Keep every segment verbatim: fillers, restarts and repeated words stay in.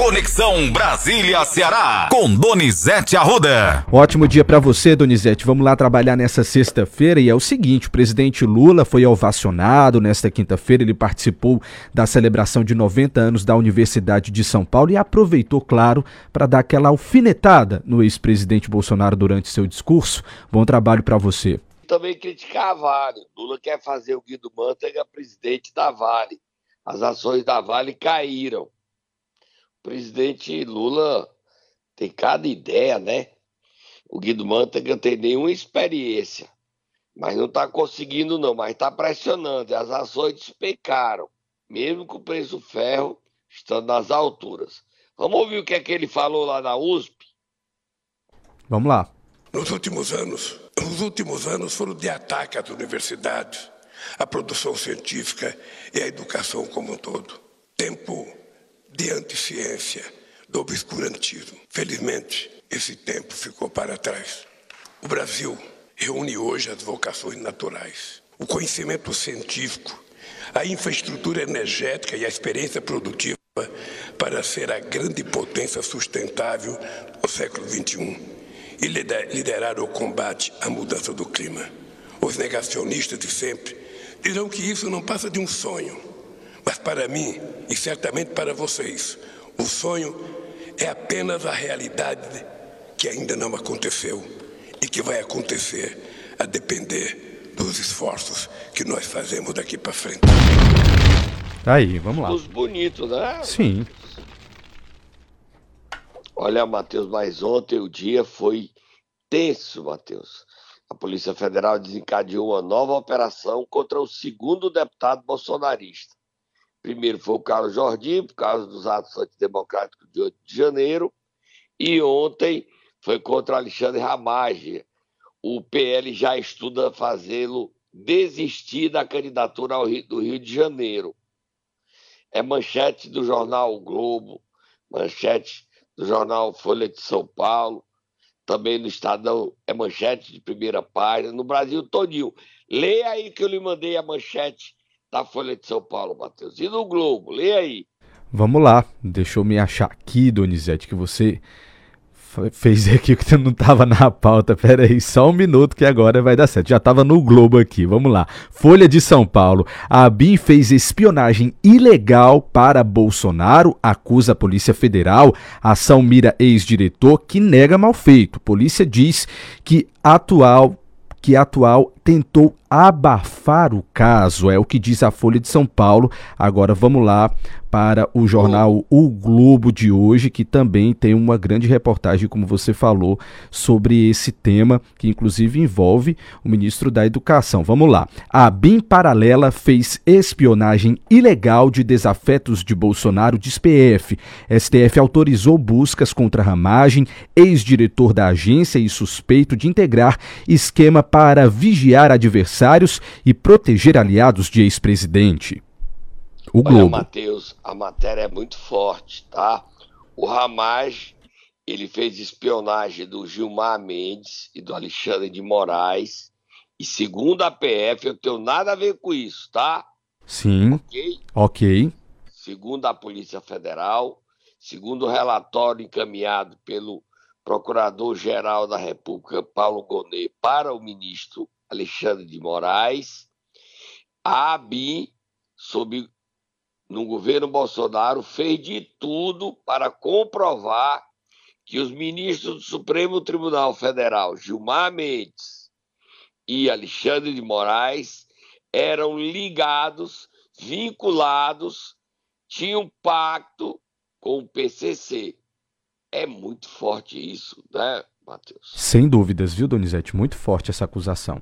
Conexão Brasília-Ceará, com Donizete Arruda. Ótimo dia para você, Donizete. Vamos lá trabalhar nessa sexta-feira e é o seguinte, o presidente Lula foi ovacionado nesta quinta-feira, ele participou da celebração de noventa anos da Universidade de São Paulo e aproveitou, claro, para dar aquela alfinetada no ex-presidente Bolsonaro durante seu discurso. Bom trabalho para você. Também criticar a Vale. Lula quer fazer o Guido Mantega presidente da Vale. As ações da Vale caíram. O presidente Lula tem cada ideia, né? O Guido Mantega não tem nenhuma experiência, mas não está conseguindo não, mas está pressionando. As ações despencaram, mesmo com o preço do ferro estando nas alturas. Vamos ouvir o que é que ele falou lá na U S P? Vamos lá. Nos últimos anos, os últimos anos foram de ataque às universidades, à produção científica e à educação como um todo. Tempo de anticiência, do obscurantismo. Felizmente, esse tempo ficou para trás. O Brasil reúne hoje as vocações naturais, o conhecimento científico, a infraestrutura energética e a experiência produtiva para ser a grande potência sustentável do século vinte e um e liderar o combate à mudança do clima. Os negacionistas de sempre dirão que isso não passa de um sonho. Mas para mim, e certamente para vocês, o sonho é apenas a realidade que ainda não aconteceu e que vai acontecer a depender dos esforços que nós fazemos daqui para frente. Aí, vamos lá. Os bonitos, né? Sim. Olha, Matheus, mas ontem o dia foi tenso, Matheus. A Polícia Federal desencadeou uma nova operação contra o segundo deputado bolsonarista. Primeiro foi o Carlos Jordi, por causa dos atos antidemocráticos de oito de janeiro, e ontem foi contra Alexandre Ramagem. O P L já estuda fazê-lo desistir da candidatura ao Rio, do Rio de Janeiro. É manchete do jornal o Globo, manchete do jornal Folha de São Paulo, também no Estadão é manchete de primeira página, no Brasil todinho. Leia aí que eu lhe mandei a manchete da Folha de São Paulo, Matheus. E no Globo, leia aí. Vamos lá, deixa eu me achar aqui, Donizete, que você fez aqui que não estava na pauta. Pera aí, só um minuto que agora vai dar certo. Já estava no Globo aqui, vamos lá. Folha de São Paulo. A ABIN fez espionagem ilegal para Bolsonaro, acusa a Polícia Federal. A ação mira ex-diretor que nega mal feito. Polícia diz que atual, que atual tentou abafar o caso, é o que diz a Folha de São Paulo. Agora vamos lá para o jornal O Globo de hoje, que também tem uma grande reportagem, como você falou, sobre esse tema, que inclusive envolve o ministro da Educação. Vamos lá. A ABIN paralela fez espionagem ilegal de desafetos de Bolsonaro, diz P F. S T F autorizou buscas contra Ramagem, ex-diretor da agência e suspeito de integrar esquema para vigiar adversários e proteger aliados de ex-presidente. O Globo. Olha, Matheus, a matéria é muito forte, tá? O Ramagem, ele fez espionagem do Gilmar Mendes e do Alexandre de Moraes, e segundo a P F, eu tenho nada a ver com isso, tá? Sim, ok? Ok. Segundo a Polícia Federal, segundo o relatório encaminhado pelo Procurador-Geral da República, Paulo Gonet, para o ministro Alexandre de Moraes, a ABIN, sob no governo Bolsonaro, fez de tudo para comprovar que os ministros do Supremo Tribunal Federal, Gilmar Mendes e Alexandre de Moraes, eram ligados, vinculados, tinham pacto com o P C C. É muito forte isso, né, Matheus? Sem dúvidas, viu, Donizete? Muito forte essa acusação.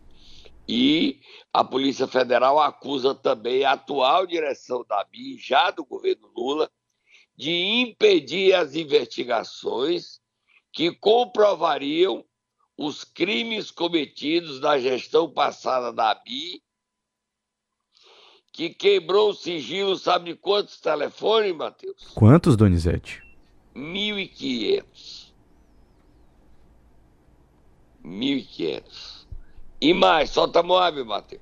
E a Polícia Federal acusa também a atual direção da ABIN, já do governo Lula, de impedir as investigações que comprovariam os crimes cometidos na gestão passada da ABIN, que quebrou o sigilo, sabe de quantos telefones, Matheus? Quantos, Donizete? Mil e quinhentos. Mil e quinhentos. E mais, solta a Moab, Matheus.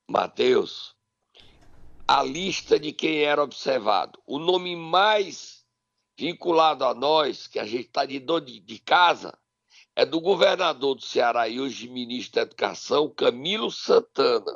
Matheus, a lista de quem era observado. O nome mais vinculado a nós, que a gente está de dor de, de casa, é do governador do Ceará e hoje ministro da Educação, Camilo Santana.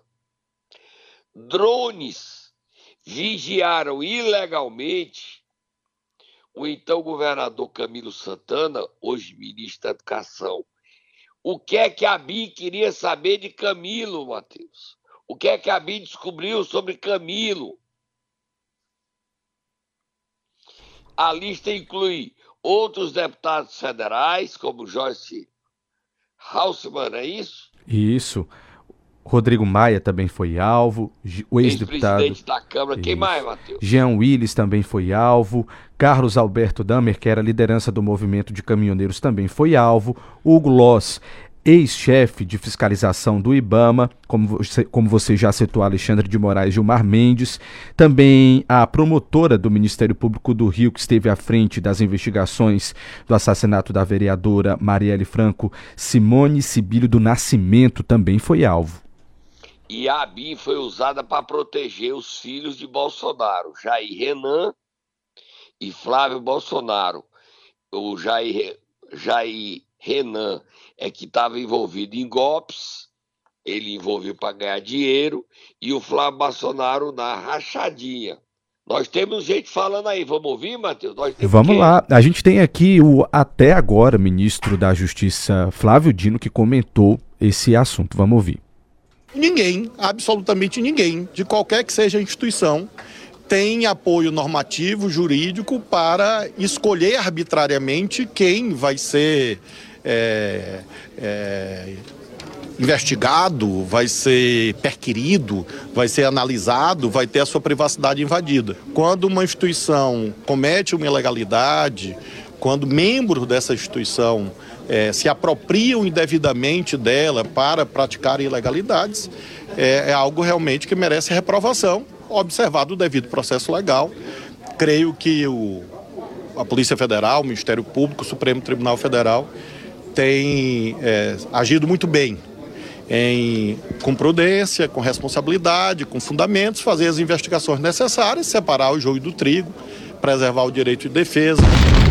Drones vigiaram ilegalmente o então governador Camilo Santana, hoje ministro da Educação. O que é que a B I M queria saber de Camilo, Matheus? O que é que a B I M descobriu sobre Camilo? A lista inclui outros deputados federais, como Joyce Hausmann, é isso? Isso. Rodrigo Maia também foi alvo, o ex-deputado... Ex-presidente da Câmara, quem mais, Matheus? Jean Willis também foi alvo, Carlos Alberto Damer, que era liderança do movimento de caminhoneiros, também foi alvo, Hugo Loss, ex-chefe de fiscalização do IBAMA, como você, como você já citou, Alexandre de Moraes, Gilmar Mendes, também a promotora do Ministério Público do Rio, que esteve à frente das investigações do assassinato da vereadora Marielle Franco, Simone Sibílio do Nascimento, também foi alvo. E a B I M foi usada para proteger os filhos de Bolsonaro, Jair Renan e Flávio Bolsonaro. O Jair, Jair Renan é que estava envolvido em golpes, ele envolveu para ganhar dinheiro, e o Flávio Bolsonaro na rachadinha. Nós temos gente falando aí, vamos ouvir, Matheus? Nós temos Vamos quem? lá, a gente tem aqui o até agora ministro da Justiça Flávio Dino, que comentou esse assunto, vamos ouvir. Ninguém, absolutamente ninguém, de qualquer que seja a instituição, tem apoio normativo, jurídico para escolher arbitrariamente quem vai ser é, é, investigado, vai ser perquirido, vai ser analisado, vai ter a sua privacidade invadida. Quando uma instituição comete uma ilegalidade, quando membros dessa instituição É, se apropriam indevidamente dela para praticar ilegalidades, é, é algo realmente que merece reprovação, observado o devido processo legal. Creio que o, a Polícia Federal, o Ministério Público, o Supremo Tribunal Federal tem é, agido muito bem, em, com prudência, com responsabilidade, com fundamentos, fazer as investigações necessárias, separar o joio do trigo, preservar o direito de defesa.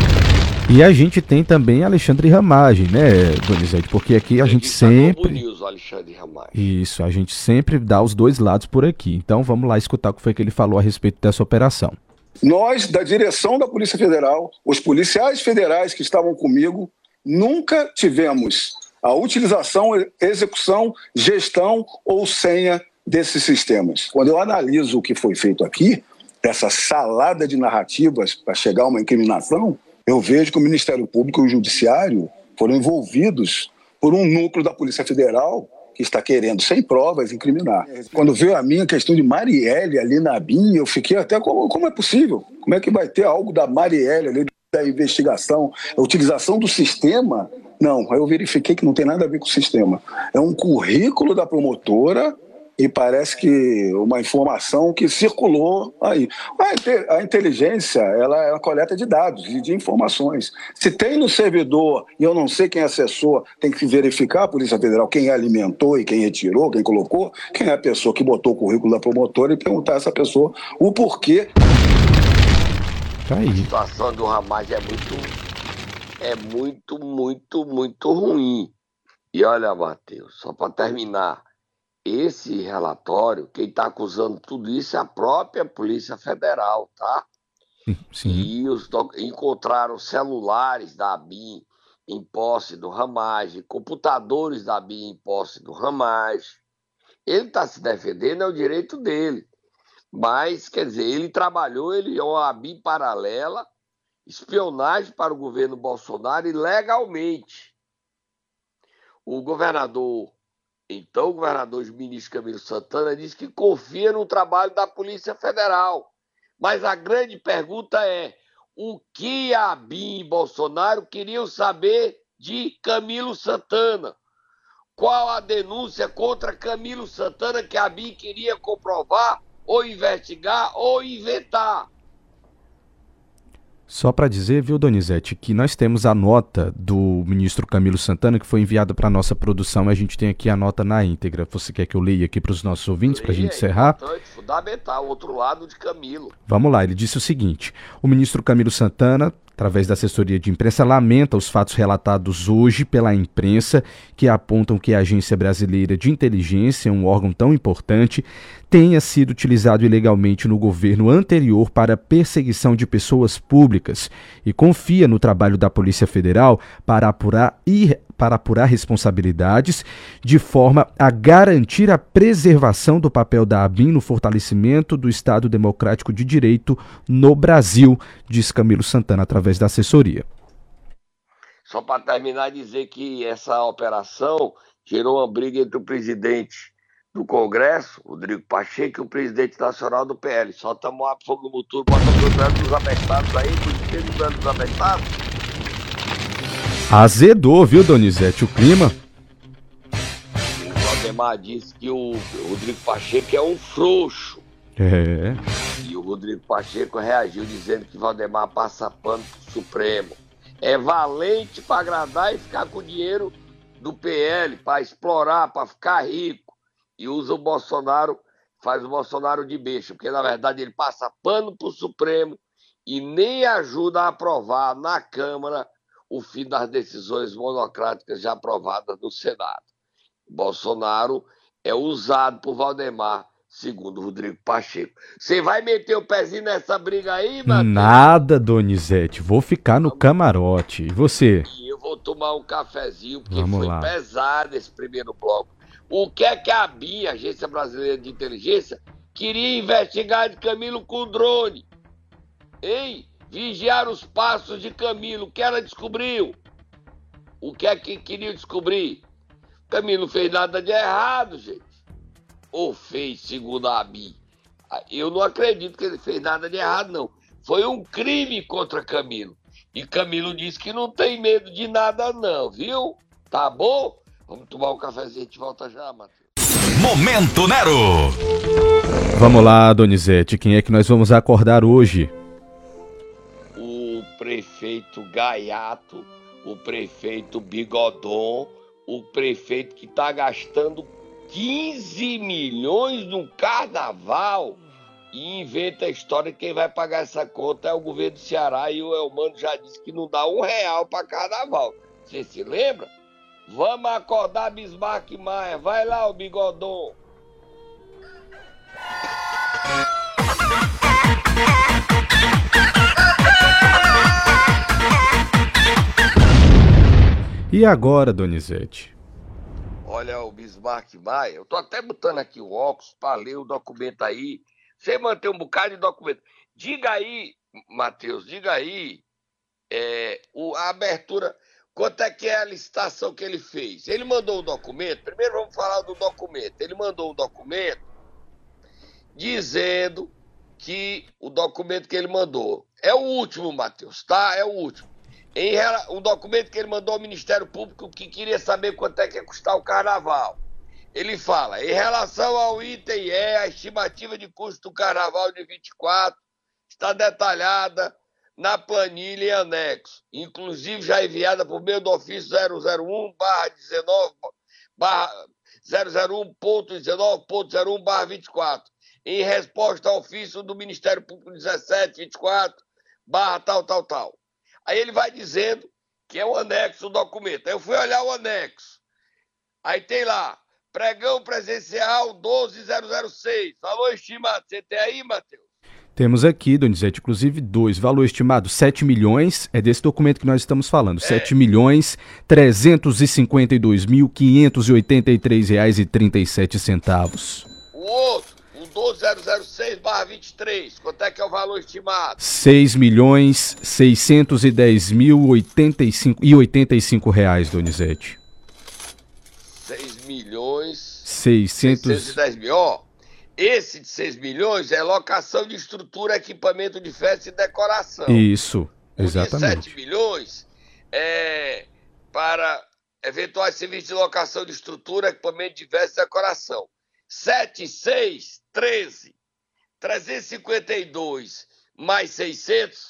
E a gente tem também Alexandre Ramagem, né, Donizete? Porque aqui a gente sempre... News, Alexandre Ramagem. Isso, a gente sempre dá os dois lados por aqui. Então vamos lá escutar o que foi que ele falou a respeito dessa operação. Nós, da direção da Polícia Federal, os policiais federais que estavam comigo, nunca tivemos a utilização, execução, gestão ou senha desses sistemas. Quando eu analiso o que foi feito aqui, essa salada de narrativas para chegar a uma incriminação, eu vejo que o Ministério Público e o Judiciário foram envolvidos por um núcleo da Polícia Federal que está querendo, sem provas, incriminar. Quando veio a minha questão de Marielle ali na B I M, eu fiquei até, como, como é possível? Como é que vai ter algo da Marielle ali, da investigação, a utilização do sistema? Não, eu verifiquei que não tem nada a ver com o sistema. É um currículo da promotora e parece que uma informação que circulou aí. A inteligência, ela é uma coleta de dados e de informações. Se tem no servidor, e eu não sei quem acessou, tem que verificar a Polícia Federal quem alimentou e quem retirou, quem colocou, quem é a pessoa que botou o currículo da promotora e perguntar a essa pessoa o porquê. Tá aí. A situação do Ramagem é muito, é muito, muito, muito ruim. E olha, Matheus, só para terminar, esse relatório, quem está acusando tudo isso é a própria Polícia Federal, tá? Sim. E os, encontraram celulares da B I M em posse do Ramagem, computadores da B I M em posse do Ramagem. Ele está se defendendo, é o direito dele. Mas, quer dizer, ele trabalhou, ele é uma B I M paralela, espionagem para o governo Bolsonaro ilegalmente. O governador... Então, o governador o ministro Camilo Santana disse que confia no trabalho da Polícia Federal. Mas a grande pergunta é, o que a B I M e Bolsonaro queriam saber de Camilo Santana? Qual a denúncia contra Camilo Santana que a B I M queria comprovar, ou investigar, ou inventar? Só para dizer, viu, Donizete, que nós temos a nota do ministro Camilo Santana, que foi enviada para a nossa produção, e a gente tem aqui a nota na íntegra. Você quer que eu leia aqui para os nossos ouvintes, para a gente encerrar? É importante, fundamental, outro lado de Camilo. Vamos lá, ele disse o seguinte: o ministro Camilo Santana, através da assessoria de imprensa, lamenta os fatos relatados hoje pela imprensa, que apontam que a Agência Brasileira de Inteligência, um órgão tão importante, tenha sido utilizado ilegalmente no governo anterior para perseguição de pessoas públicas e confia no trabalho da Polícia Federal para apurar, ir, para apurar responsabilidades de forma a garantir a preservação do papel da ABIN no fortalecimento do Estado Democrático de Direito no Brasil, diz Camilo Santana através da assessoria. Só para terminar, dizer que essa operação gerou uma briga entre o presidente do Congresso, Rodrigo Pacheco, e o presidente nacional do P L. Só estamos lá fogo no motor, bota o velho dos abestados aí, o velho dos abestados. Azedou, viu, Donizete, o clima? O Valdemar disse que o Rodrigo Pacheco é um frouxo. É. E o Rodrigo Pacheco reagiu dizendo que Valdemar passa pano pro Supremo. É valente para agradar e ficar com o dinheiro do P L, para explorar, para ficar rico. E usa o Bolsonaro, faz o Bolsonaro de besta, porque na verdade ele passa pano pro Supremo e nem ajuda a aprovar na Câmara o fim das decisões monocráticas já aprovadas no Senado. Bolsonaro é usado por Valdemar, segundo Rodrigo Pacheco. Você vai meter o pezinho nessa briga aí, Matheus? Nada, Donizete. Vou ficar no camarote. E você? E eu vou tomar um cafezinho, porque Vamos foi lá. pesado esse primeiro bloco. O que é que a ABIN, a Agência Brasileira de Inteligência, queria investigar de Camilo com drone? Hein? Vigiar os passos de Camilo. O que ela descobriu? O que é que queria descobrir? Camilo não fez nada de errado, gente. Ou fez, segundo a ABIN? Eu não acredito que ele fez nada de errado, não. Foi um crime contra Camilo. E Camilo disse que não tem medo de nada, não, viu? Tá bom? Vamos tomar um cafezinho e a gente volta já, Matheus. Momento Nero! Vamos lá, Donizete. Quem é que nós vamos acordar hoje? O prefeito Gaiato, o prefeito Bigodon, o prefeito que tá gastando quinze milhões no carnaval e inventa a história que quem vai pagar essa conta é o governo do Ceará, e o Elmano já disse que não dá um real para carnaval. Você se lembra? Vamos acordar Bismarck Maia. Vai lá, o Bigodon. E agora, Donizete? Olha, o Bismarck Maia, eu tô até botando aqui o óculos para ler o documento aí. Você mantém um bocado de documento. Diga aí, Matheus, diga aí é, o, a abertura... Quanto é que é a licitação que ele fez? Ele mandou o documento, primeiro vamos falar do documento. Ele mandou um documento dizendo que o documento que ele mandou é o último, Matheus, tá? É o último. Em, um documento que ele mandou ao Ministério Público que queria saber quanto é que ia custar o carnaval. Ele fala, em relação ao item E, a estimativa de custo do carnaval de vinte e quatro está detalhada na planilha em anexo, inclusive já enviada por meio do ofício zero zero um barra dezenove barra zero zero um ponto dezenove ponto zero um barra vinte e quatro, em resposta ao ofício do Ministério Público dezessete vinte e quatro barra tal, tal, tal. Aí ele vai dizendo que é o anexo do documento. Aí eu fui olhar o anexo. Aí tem lá, pregão presencial doze mil e seis, valor estimado. Você tem aí, Matheus? Temos aqui, Donizete, inclusive dois. Valor estimado sete milhões, é desse documento que nós estamos falando. É. sete milhões trezentos e cinquenta e dois mil quinhentos e oitenta e três reais e trinta e sete centavos. O outro, o doze mil e seis barra vinte e três, quanto é que é o valor estimado? seis milhões seiscentos e dez mil e oitenta e cinco reais, Donizete. seis milhões seiscentos e dez mil, ó. Esse de seis milhões é locação de estrutura, equipamento de festa e decoração. Isso, o exatamente. De sete milhões é para eventuais serviços de locação de estrutura, equipamento de festa e decoração. sete, seis, treze. trezentos e cinquenta e dois mais seiscentos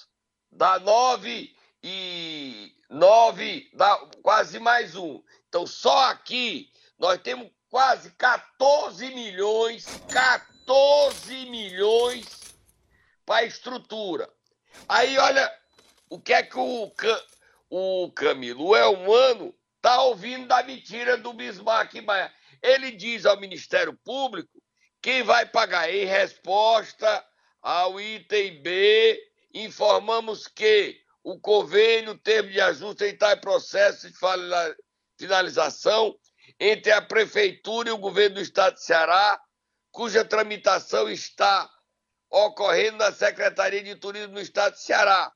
dá nove e nove, dá quase mais um. Então, só aqui nós temos quase quatorze milhões, quatorze milhões para estrutura. Aí, olha, o que é que o, o Camilo, o Elmano, está ouvindo da mentira do Bismarck Maia. Ele diz ao Ministério Público quem vai pagar. Em resposta ao item B, informamos que o convênio, termo de ajuste está em processo de finalização entre a Prefeitura e o Governo do Estado de Ceará, cuja tramitação está ocorrendo na Secretaria de Turismo do Estado de Ceará.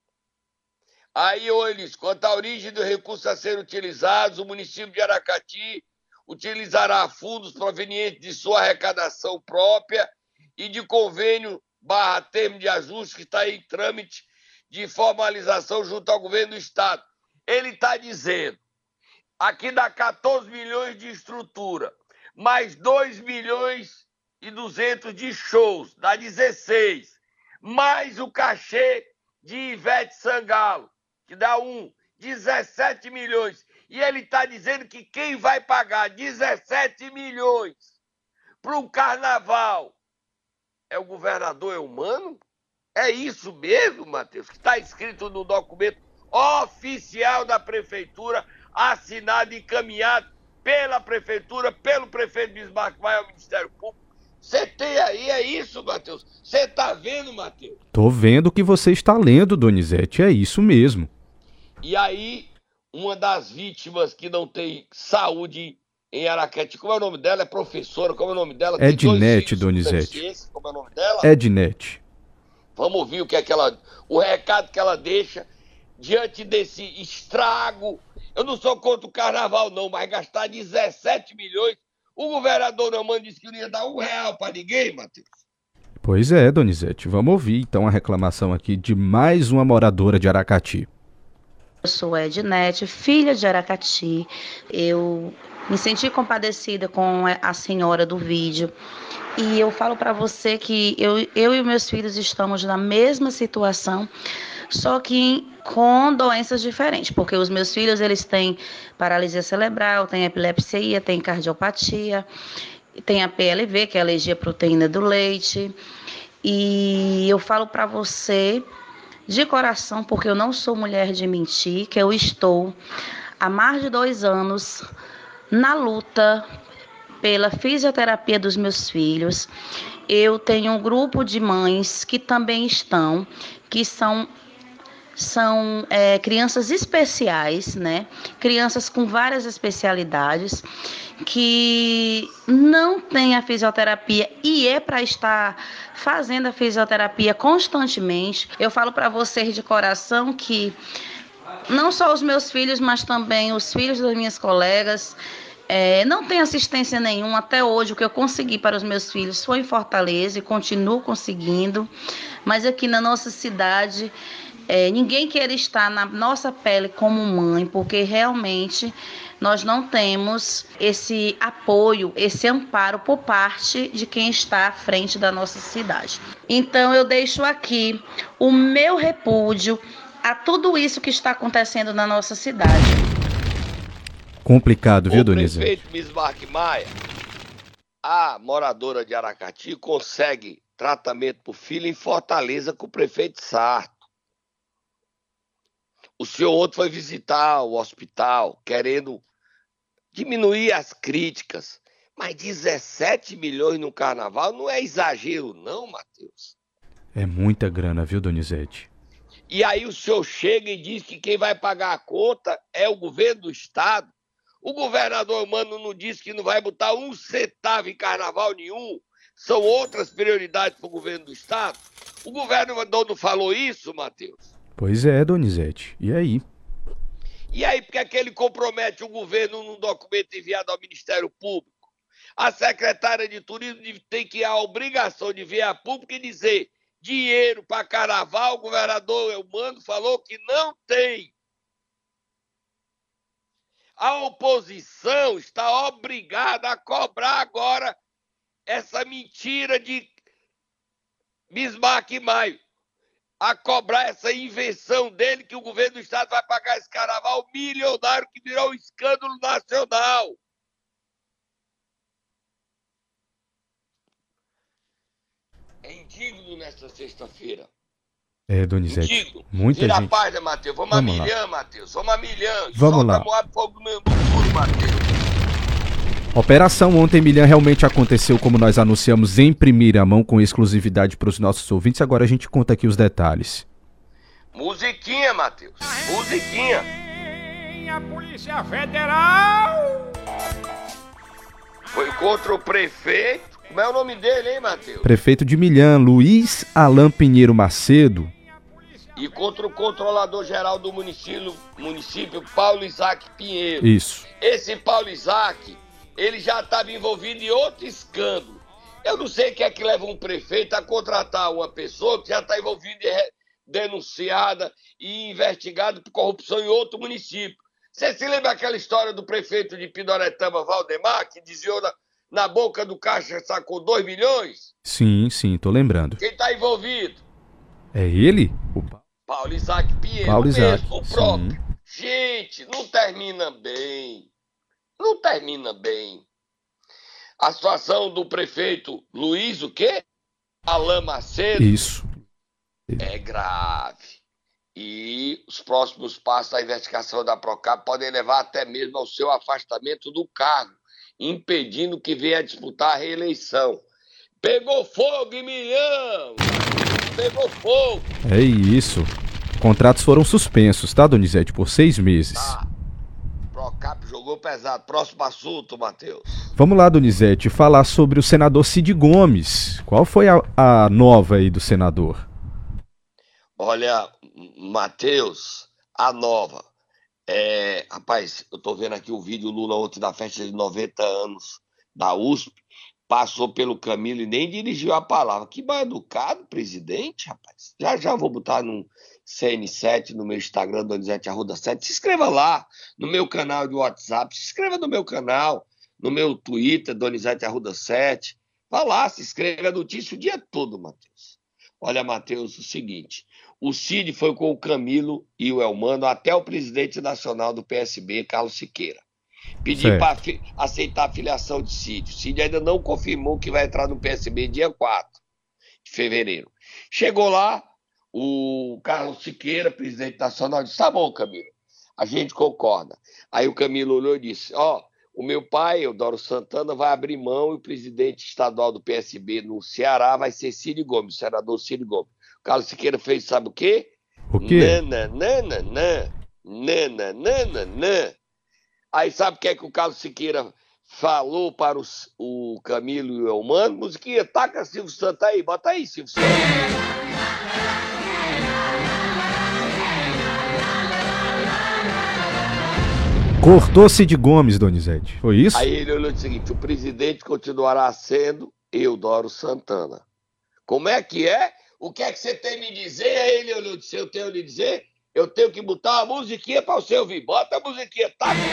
Aí, eles, quanto à origem dos recursos a serem utilizados, o município de Aracati utilizará fundos provenientes de sua arrecadação própria e de convênio barra termo de ajuste que está em trâmite de formalização junto ao governo do Estado. Ele está dizendo, aqui dá quatorze milhões de estrutura, mais dois milhões e duzentos de shows, dá dezesseis, mais o cachê de Ivete Sangalo, que dá um, dezessete milhões. E ele está dizendo que quem vai pagar dezessete milhões para um carnaval é o governador Elmano? É isso mesmo, Matheus, que está escrito no documento oficial da Prefeitura, assinado e encaminhado pela Prefeitura, pelo prefeito Bismarck Maia ao Ministério Público. Você tem aí, é isso, Matheus? Você está vendo, Matheus? Tô vendo o que você está lendo, Donizete, é isso mesmo. E aí, uma das vítimas que não tem saúde em Aracati, como é o nome dela? É professora, como é o nome dela? Ednete, Donizete. Como é o nome dela? Ednete. Vamos ouvir o que é que ela, o recado que ela deixa diante desse estrago. Eu não sou contra o carnaval, não, mas gastar dezessete milhões. O governador Elmano disse que não ia dar um real para ninguém, Matheus. Pois é, Donizete. Vamos ouvir então a reclamação aqui de mais uma moradora de Aracati. Eu sou Ednete, filha de Aracati. Eu me senti compadecida com a senhora do vídeo. E eu falo para você que eu, eu e meus filhos estamos na mesma situação, só que com doenças diferentes, porque os meus filhos eles têm paralisia cerebral, têm epilepsia, têm cardiopatia, tem a P L V, que é a alergia à proteína do leite. E eu falo para você de coração, porque eu não sou mulher de mentir, que eu estou há mais de dois anos na luta pela fisioterapia dos meus filhos. Eu tenho um grupo de mães que também estão, que são, são é, crianças especiais, né? Crianças com várias especialidades, que não têm a fisioterapia e é para estar fazendo a fisioterapia constantemente. Eu falo para vocês de coração que não só os meus filhos, mas também os filhos das minhas colegas, É, não tem assistência nenhuma até hoje. O que eu consegui para os meus filhos foi em Fortaleza e continuo conseguindo, mas aqui na nossa cidade é, ninguém quer estar na nossa pele como mãe, porque realmente nós não temos esse apoio, esse amparo por parte de quem está à frente da nossa cidade. Então eu deixo aqui o meu repúdio a tudo isso que está acontecendo na nossa cidade. Complicado, viu, Donizete? O prefeito Bismarck Maia, a moradora de Aracati, consegue tratamento para o filho em Fortaleza com o prefeito Sarto. O senhor ontem foi visitar o hospital, querendo diminuir as críticas. Mas dezessete milhões no carnaval não é exagero, não, Matheus? É muita grana, viu, Donizete? E aí o senhor chega e diz que quem vai pagar a conta é o governo do estado. O governador Elmano não disse que não vai botar um centavo em carnaval nenhum. São outras prioridades para o governo do estado. O governador não falou isso, Matheus? Pois é, Donizete. E aí? E aí, porque é que ele compromete o governo num documento enviado ao Ministério Público? A secretária de Turismo tem que ter a obrigação de vir a público e dizer dinheiro para carnaval. O governador Elmano falou que não tem. A oposição está obrigada a cobrar agora essa mentira de Bismarck Maia. a cobrar essa invenção dele que o governo do estado vai pagar esse carnaval milionário que virou um escândalo nacional. É indigno nesta sexta-feira. É, Donizete, Indigno. muita Tira gente... a paz, né, Matheus? Vamos, Vamos a lá. milhão, Matheus. Vamos a milhão. Vamos Solta lá. Moab fogo no meu muro, Matheus. Operação Ontem Milhão realmente aconteceu como nós anunciamos em primeira mão, com exclusividade para os nossos ouvintes. Agora a gente conta aqui os detalhes. Musiquinha, Matheus. Musiquinha. A Polícia Federal! Foi contra o prefeito. Como é o nome dele, hein, Matheus? Prefeito de Milhã, Luiz Alain Pinheiro Macedo. E contra o controlador-geral do município, município, Paulo Isaac Pinheiro. Isso. Esse Paulo Isaac, ele já estava envolvido em outro escândalo. Eu não sei o que é que leva um prefeito a contratar uma pessoa que já está envolvida, e denunciada e investigada por corrupção em outro município. Você se lembra aquela história do prefeito de Pindoretama, Valdemar, que desviou na, na boca do caixa, sacou dois milhões? Sim, sim, tô lembrando. Quem está envolvido? É ele? O Paulo Isaac Pinheiro, Paulo mesmo, Isaac, o próprio. sim. Gente, não termina bem. Não termina bem. A situação do prefeito Luiz, o quê? Alain Macedo. Isso. É grave. E os próximos passos da investigação da Procap podem levar até mesmo ao seu afastamento do cargo, impedindo que venha a disputar a reeleição. Pegou fogo em Milhão! Pegou fogo! É isso. Contratos foram suspensos, tá, Donizete? Por seis meses. Tá. Procap jogou pesado. Próximo assunto, Matheus. Vamos lá, Donizete, falar sobre o senador Cid Gomes. Qual foi a, a nova aí do senador? Olha, Matheus, a nova. É, rapaz, eu tô vendo aqui o vídeo Lula ontem da festa de noventa anos da U S P. Passou pelo Camilo e nem dirigiu a palavra. Que mal educado, presidente, rapaz. Já já vou botar no C N sete, no meu Instagram, Donizete Arruda sete. Se inscreva lá, no meu canal de WhatsApp. Se inscreva no meu canal, no meu Twitter, Donizete Arruda sete. Vá lá, se inscreva. É notícia o dia todo, Matheus. Olha, Matheus, o seguinte. O Cid foi com o Camilo e o Elmano até o presidente nacional do P S B, Carlos Siqueira. Pedir para aceitar a filiação de Cid. O Cid ainda não confirmou que vai entrar no P S B dia quatro de fevereiro. Chegou lá, o Carlos Siqueira, presidente nacional, disse: tá bom, Camilo, a gente concorda. Aí o Camilo olhou e disse: ó, o meu pai, Eudoro Santana, vai abrir mão e o presidente estadual do P S B no Ceará vai ser Cid Gomes, o senador Cid Gomes. O Carlos Siqueira fez, sabe o quê? O quê? Nananana, nananana. Aí sabe o que é que o Carlos Siqueira falou para os, o Camilo e o Elmano? Musiquinha, taca Silvio Santos aí, bota aí, Silvio Santos. Cortou Cid Gomes, Donizete. Foi isso? Aí ele olhou o seguinte: o presidente continuará sendo Eudoro Santana. Como é que é? O que é que você tem a me dizer? Aí ele olhou e disse: eu tenho a lhe dizer, eu tenho que botar uma musiquinha para você ouvir. Bota a musiquinha, tá com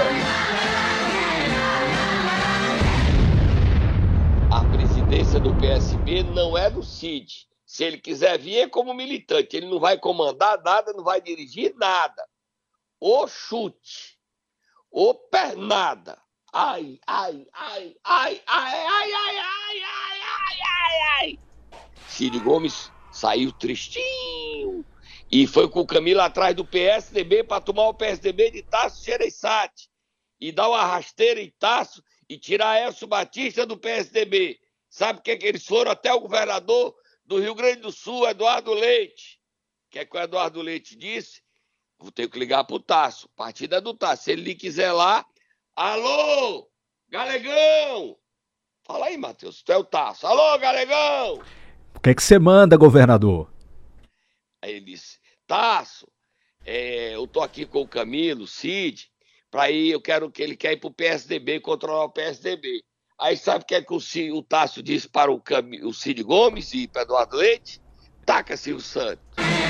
a presidência do P S B não é do Cid. Se ele quiser vir, é como militante. Ele não vai comandar nada, não vai dirigir nada. O chute. Ô pernada! Ai, ai, ai, ai, ai, ai, ai, ai, ai, ai, ai, ai! Cid Gomes saiu tristinho e foi com o Camilo atrás do P S D B para tomar o P S D B de Tasso Gereissati e dar uma rasteira em Tasso e tirar Elcio Batista do P S D B. Sabe o que é que eles foram? Até o governador do Rio Grande do Sul, Eduardo Leite. O que é que o Eduardo Leite disse? Vou ter que ligar pro Tasso. O partido é do Tasso. Se ele lhe quiser lá, alô, Galegão! Fala aí, Matheus, tu é o Tasso. Alô, Galegão! O que é que você manda, governador? Aí ele disse: Tasso, é, eu tô aqui com o Camilo, Cid, pra ir, eu quero que ele quer ir pro P S D B, controlar o P S D B. Aí sabe o que é que o, Cid, o Tasso disse para o, Cam, o Cid Gomes e para Eduardo Leite? Taca Silvio Santos.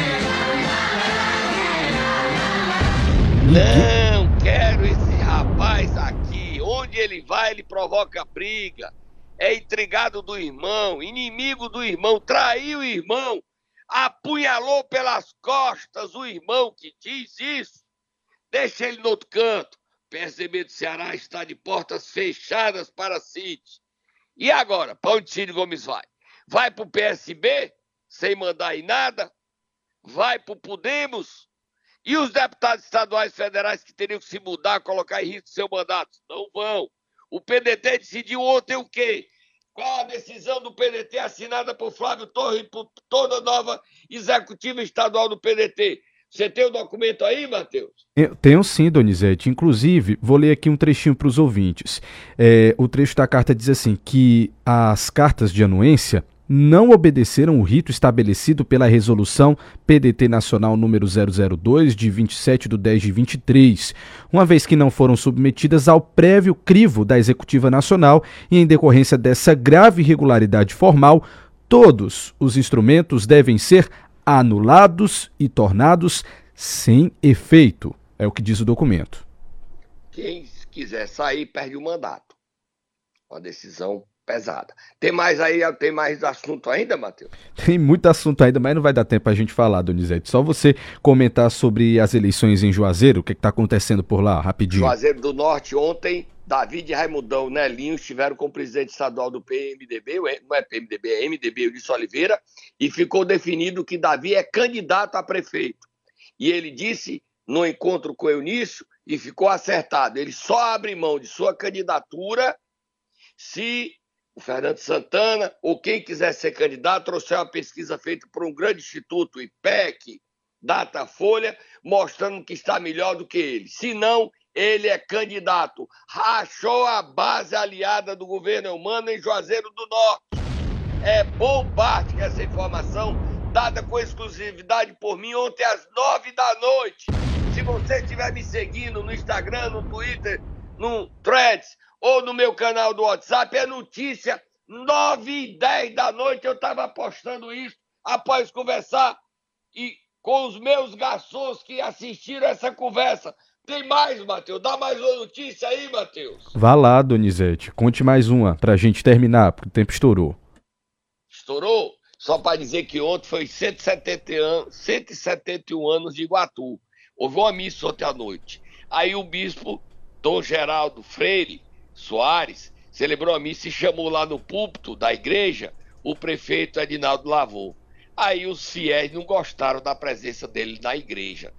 Não quero esse rapaz aqui. Onde ele vai, ele provoca briga. É intrigado do irmão, inimigo do irmão, traiu o irmão. apunhalou pelas costas o irmão que diz isso. Deixa ele no outro canto. O P S D B do Ceará está de portas fechadas para Cid. E agora, para onde Cid Gomes vai? Vai para o P S B, sem mandar em nada? Vai para o Podemos? E os deputados estaduais e federais que teriam que se mudar, colocar em risco seu mandato? Não vão. O P D T decidiu ontem o quê? Qual a decisão do P D T assinada por Flávio Torres e por toda a nova executiva estadual do P D T? Você tem o documento aí, Matheus? Eu tenho sim, Donizete. Inclusive, vou ler aqui um trechinho para os ouvintes. É, o trecho da carta diz assim, que as cartas de anuência não obedeceram o rito estabelecido pela Resolução P D T Nacional número zero zero dois, de vinte e sete de dez de vinte e três, uma vez que não foram submetidas ao prévio crivo da Executiva Nacional e, em decorrência dessa grave irregularidade formal, todos os instrumentos devem ser anulados e tornados sem efeito. É o que diz o documento. Quem quiser sair, perde o mandato. Uma decisão pesada. Tem mais aí, tem mais assunto ainda, Matheus? Tem muito assunto ainda, mas não vai dar tempo pra gente falar, Donizete. Só você comentar sobre as eleições em Juazeiro, o que está acontecendo por lá, rapidinho. Juazeiro do Norte, ontem, David e Raimundão Nelinho estiveram com o presidente estadual do P M D B, não é P M D B, é M D B, Eudício Oliveira, e ficou definido que Davi é candidato a prefeito. E ele disse, no encontro com o Eunício, e ficou acertado, ele só abre mão de sua candidatura se o Fernando Santana, ou quem quiser ser candidato, trouxer uma pesquisa feita por um grande instituto, I P E C, Datafolha, mostrando que está melhor do que ele. Se não, ele é candidato. Rachou a base aliada do governo Eumano em Juazeiro do Norte. É bombástica essa informação, dada com exclusividade por mim ontem às nove da noite. Se você estiver me seguindo no Instagram, no Twitter, no Threads, ou no meu canal do WhatsApp, é notícia, nove e dez da noite eu estava postando isso, após conversar e com os meus garçons que assistiram essa conversa. Tem mais, Matheus? Dá mais uma notícia aí, Matheus? Vá lá, Donizete, conte mais uma pra gente terminar, porque o tempo estourou. Estourou? Só para dizer que ontem foi cento e setenta e um anos de Iguatu. Houve uma missa ontem à noite. Aí o bispo Dom Geraldo Freire Soares celebrou a missa e chamou lá no púlpito da igreja o prefeito Edinaldo Lavô. Aí os fiéis não gostaram da presença dele na igreja.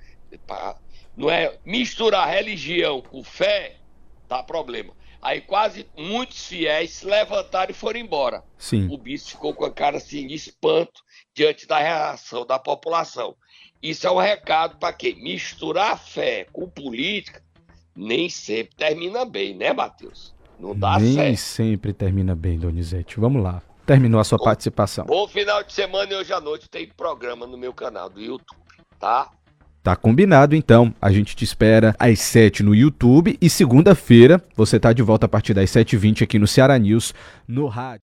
Não é misturar religião com fé, dá problema. Aí quase muitos fiéis se levantaram e foram embora. Sim. O bispo ficou com a cara assim de espanto diante da reação da população. Isso é um recado para quem misturar fé com política nem sempre termina bem, né, Matheus? Não dá Nem certo. Nem sempre termina bem, Donizete. Vamos lá. Terminou a sua bom, participação. Bom final de semana e hoje à noite tem programa no meu canal do YouTube, tá? Tá combinado, então. A gente te espera às sete no YouTube e segunda-feira você tá de volta a partir das sete e vinte aqui no Ceará News, no rádio.